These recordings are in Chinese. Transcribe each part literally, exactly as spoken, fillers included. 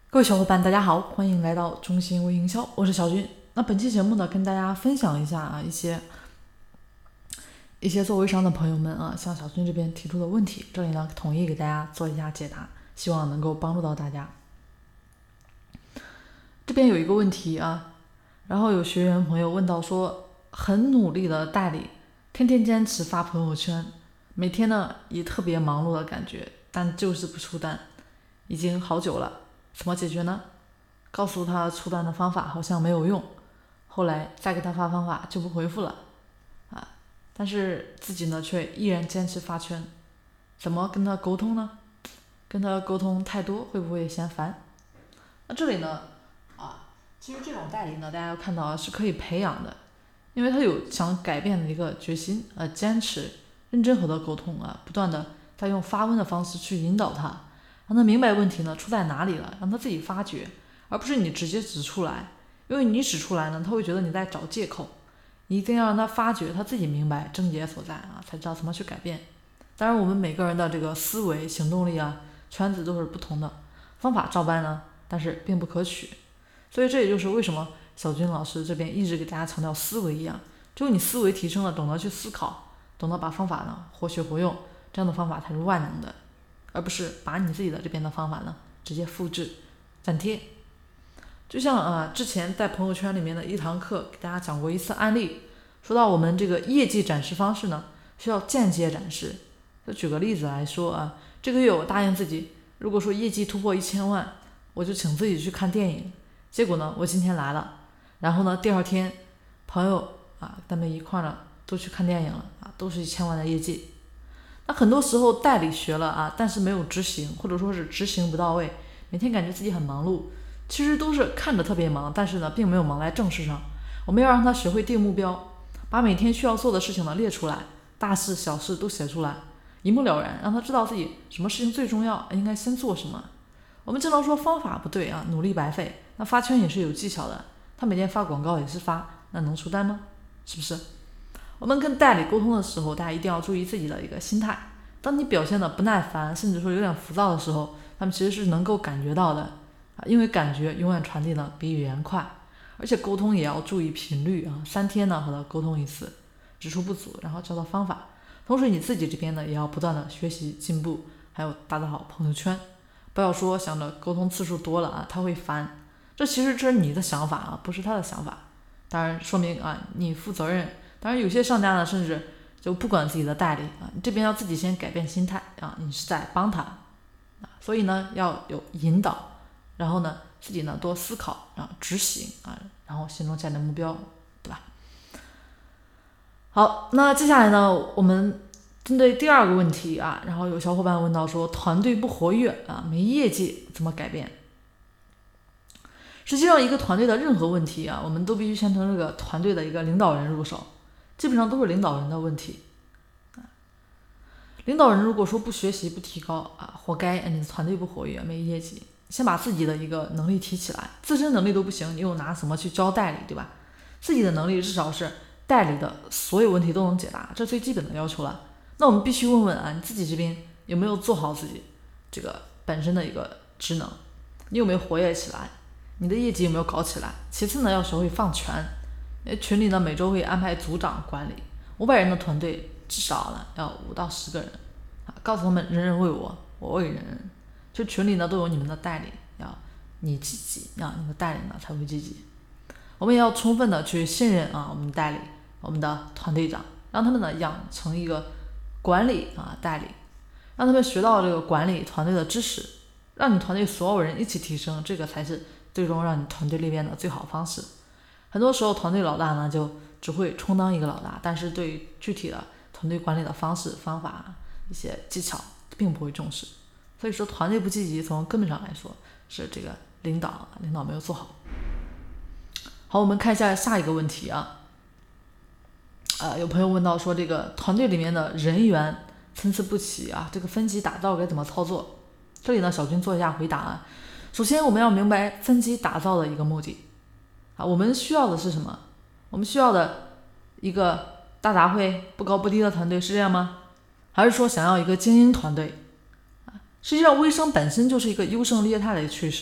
各位小伙伴，大家好，欢迎来到中心微营销，我是小军。那本期节目呢，跟大家分享一下啊一些一些做微商的朋友们啊，向小军这边提出的问题，这里呢统一给大家做一下解答，希望能够帮助到大家。这边有一个问题啊，然后有学员朋友问到说，很努力的代理，天天坚持发朋友圈，每天呢也特别忙碌的感觉，但就是不出单，已经好久了。怎么解决呢？告诉他出单的方法好像没有用，后来再给他发方法就不回复了啊！但是自己呢却依然坚持发圈，怎么跟他沟通呢？跟他沟通太多会不会嫌烦？那这里呢啊，其实这种代理呢，大家要看到是可以培养的，因为他有想改变的一个决心，呃，坚持认真和他沟通啊，不断的在用发问的方式去引导他。让他明白问题呢出在哪里了，让他自己发觉，而不是你直接指出来，因为你指出来呢，他会觉得你在找借口。你一定要让他发觉，他自己明白症结所在啊，才知道怎么去改变。当然，我们每个人的这个思维、行动力啊、圈子都是不同的，方法照搬呢，但是并不可取。所以这也就是为什么小军老师这边一直给大家强调思维一样，只有你思维提升了，懂得去思考，懂得把方法呢活学活用，这样的方法才是万能的。而不是把你自己的这边的方法呢直接复制粘贴。就像啊之前在朋友圈里面的一堂课给大家讲过一次案例，说到我们这个业绩展示方式呢需要间接展示。就举个例子来说啊，这个月我答应自己，如果说业绩突破一千万，我就请自己去看电影。结果呢我今天来了，然后呢第二天朋友啊咱们一块呢都去看电影了啊，都是一千万的业绩。那很多时候代理学了啊，但是没有执行，或者说是执行不到位，每天感觉自己很忙碌，其实都是看着特别忙，但是呢并没有忙在正事上。我们要让他学会定目标，把每天需要做的事情呢列出来，大事小事都写出来，一目了然，让他知道自己什么事情最重要，应该先做什么。我们经常说方法不对啊，努力白费。那发圈也是有技巧的，他每天发广告也是发，那能出单吗？是不是？我们跟代理沟通的时候，大家一定要注意自己的一个心态。当你表现的不耐烦，甚至说有点浮躁的时候，他们其实是能够感觉到的啊，因为感觉永远传递的比语言快。而且沟通也要注意频率啊，三天呢和他沟通一次，指出不足，然后教他方法。同时你自己这边呢也要不断的学习进步，还有打造好朋友圈。不要说想着沟通次数多了啊他会烦，这其实这是你的想法啊，不是他的想法。当然说明啊你负责任。当然有些商家呢甚至就不管自己的代理啊，你这边要自己先改变心态啊，你是在帮他啊，所以呢要有引导，然后呢自己呢多思考啊执行啊，然后心中建立目标，对吧？好，那接下来呢我们针对第二个问题啊，然后有小伙伴问到说团队不活跃啊，没业绩怎么改变？实际上一个团队的任何问题啊，我们都必须先从这个团队的一个领导人入手，基本上都是领导人的问题。领导人如果说不学习不提高啊，活该你的团队不活跃没业绩。先把自己的一个能力提起来，自身能力都不行，你又拿什么去教代理，对吧？自己的能力至少是代理的所有问题都能解答，这最基本的要求了。那我们必须问问啊，你自己这边有没有做好自己这个本身的一个职能，你有没有活跃起来，你的业绩有没有搞起来？其次呢要学会放权，群里呢每周会安排组长管理五百人的团队，至少呢要五到十个人啊，告诉他们人人为我，我为人人。就群里呢都有你们的代理，要你积极啊，你的代理呢才会积极。我们也要充分的去信任啊我们的代理，我们的团队长，让他们呢养成一个管理啊代理，让他们学到这个管理团队的知识，让你团队所有人一起提升，这个才是最终让你团队裂变的最好方式。很多时候团队老大呢就只会充当一个老大，但是对于具体的团队管理的方式方法一些技巧并不会重视。所以说团队不积极，从根本上来说是这个领导领导没有做好。好，我们看一下下一个问题啊，呃，有朋友问到说这个团队里面的人员参差不齐啊，这个分级打造该怎么操作？这里呢小军做一下回答啊。首先我们要明白分级打造的一个目的啊，我们需要的是什么？我们需要的一个大杂烩不高不低的团队是这样吗？还是说想要一个精英团队？实际上微商本身就是一个优胜劣汰的趋势，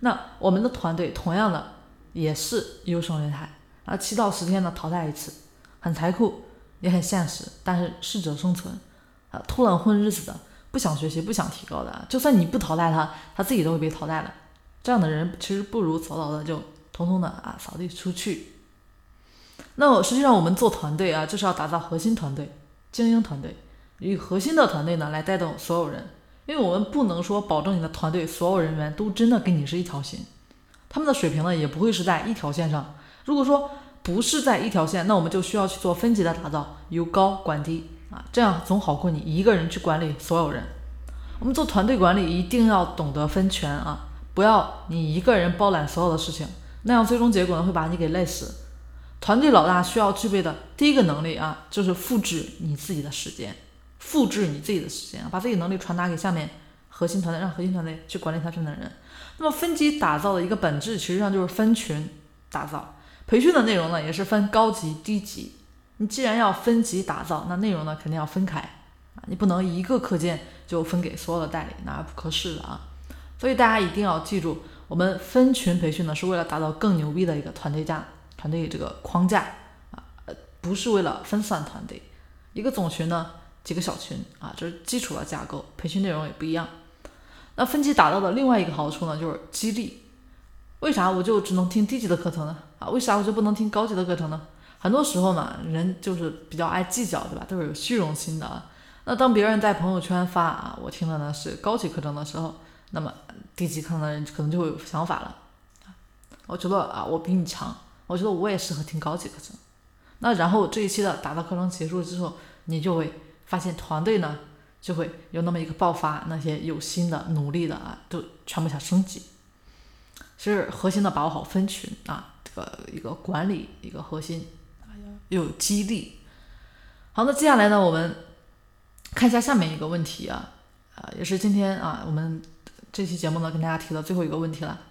那我们的团队同样的也是优胜劣汰啊，七到十天呢淘汰一次，很残酷也很现实，但是适者生存啊，偷懒混日子的，不想学习不想提高的，就算你不淘汰他，他自己都会被淘汰的。这样的人其实不如早早的就通通的啊扫地出去。那实际上我们做团队啊，就是要打造核心团队、精英团队，以核心的团队呢来带动所有人。因为我们不能说保证你的团队所有人员都真的跟你是一条心，他们的水平呢也不会是在一条线上。如果说不是在一条线，那我们就需要去做分级的打造，由高管低啊，这样总好过你一个人去管理所有人。我们做团队管理一定要懂得分权啊，不要你一个人包揽所有的事情，那样最终结果呢会把你给累死。团队老大需要具备的第一个能力啊，就是复制你自己的时间，复制你自己的时间，把自己能力传达给下面核心团队，让核心团队去管理他这样的人。那么分级打造的一个本质，实际上就是分群打造。培训的内容呢，也是分高级、低级。你既然要分级打造，那内容呢肯定要分开啊，你不能一个课件就分给所有的代理，那不可视的啊。所以大家一定要记住，我们分群培训呢，是为了打造更牛逼的一个团队架、团队这个框架啊，不是为了分散团队。一个总群呢，几个小群啊，这是基础的架构，培训内容也不一样。那分级打造的另外一个好处呢，就是激励。为啥我就只能听低级的课程呢？啊，为啥我就不能听高级的课程呢？很多时候嘛，人就是比较爱计较，对吧？都是有虚荣心的啊。那当别人在朋友圈发啊，我听的呢是高级课程的时候，那么低级课程的人可能就会有想法了。我觉得啊，我比你强，我觉得我也适合听高级课程。那然后这一期的打造课程结束之后，你就会发现团队呢就会有那么一个爆发，那些有心的努力的啊，都全部想升级。是核心的把握好分群啊，这个一个管理一个核心啊，又有激励。好，那接下来呢，我们看一下下面一个问题啊，啊，也是今天啊我们这期节目呢跟大家提的最后一个问题了。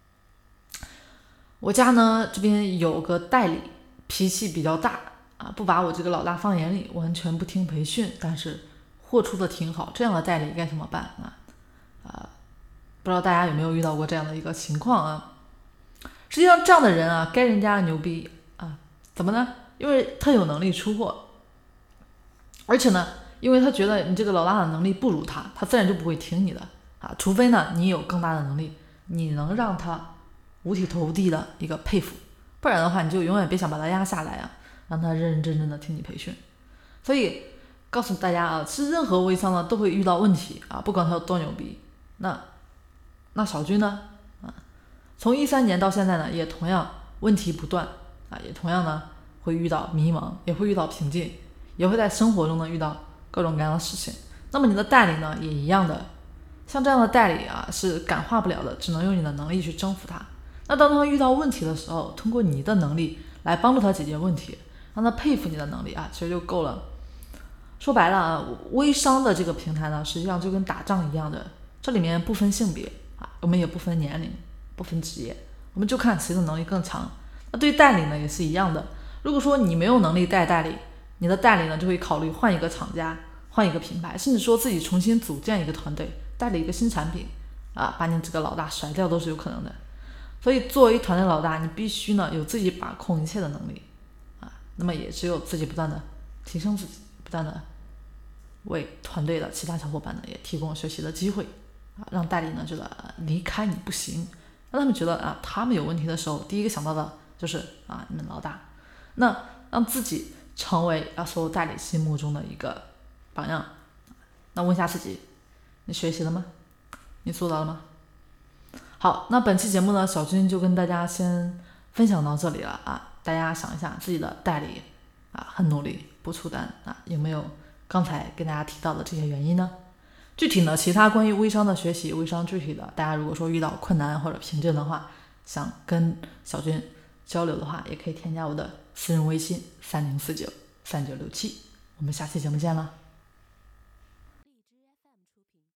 我家呢这边有个代理，脾气比较大啊，不把我这个老大放眼里，完全不听培训，但是货出的挺好，这样的代理该怎么办啊？啊，不知道大家有没有遇到过这样的一个情况啊？实际上这样的人啊，该人家牛逼啊，怎么呢？因为他有能力出货，而且呢，因为他觉得你这个老大的能力不如他，他自然就不会听你的啊，除非呢你有更大的能力，你能让他五体投地的一个佩服，不然的话你就永远别想把他压下来啊，让他认认真真的听你培训。所以告诉大家啊，其实任何微商呢都会遇到问题啊，不管他有多牛逼。那那小军呢啊，从一三年到现在呢，也同样问题不断啊，也同样呢会遇到迷茫，也会遇到瓶颈，也会在生活中呢遇到各种各样的事情。那么你的代理呢也一样的，像这样的代理啊是感化不了的，只能用你的能力去征服他。那当他遇到问题的时候，通过你的能力来帮助他解决问题，让他佩服你的能力啊，其实就够了。说白了啊，微商的这个平台呢，实际上就跟打仗一样的，这里面不分性别啊，我们也不分年龄，不分职业，我们就看谁的能力更强。那对代理呢也是一样的，如果说你没有能力带代理，你的代理呢就会考虑换一个厂家，换一个品牌，甚至说自己重新组建一个团队，代理一个新产品啊，把你这个老大甩掉都是有可能的。所以作为团队老大，你必须呢有自己把控一切的能力啊，那么也只有自己不断的提升自己，不断的为团队的其他小伙伴呢也提供学习的机会啊，让代理呢觉得离开你不行，让他们觉得啊他们有问题的时候，第一个想到的就是啊你们老大，那让自己成为啊所有代理心目中的一个榜样。那问一下自己，你学习了吗？你做到了吗？好，那本期节目呢，小军就跟大家先分享到这里了啊。大家想一下自己的代理啊，很努力不出单啊，有没有刚才跟大家提到的这些原因呢？具体呢，其他关于微商的学习，微商具体的，大家如果说遇到困难或者瓶颈的话，想跟小军交流的话，也可以添加我的私人微信三零四九三九六七，我们下期节目见了。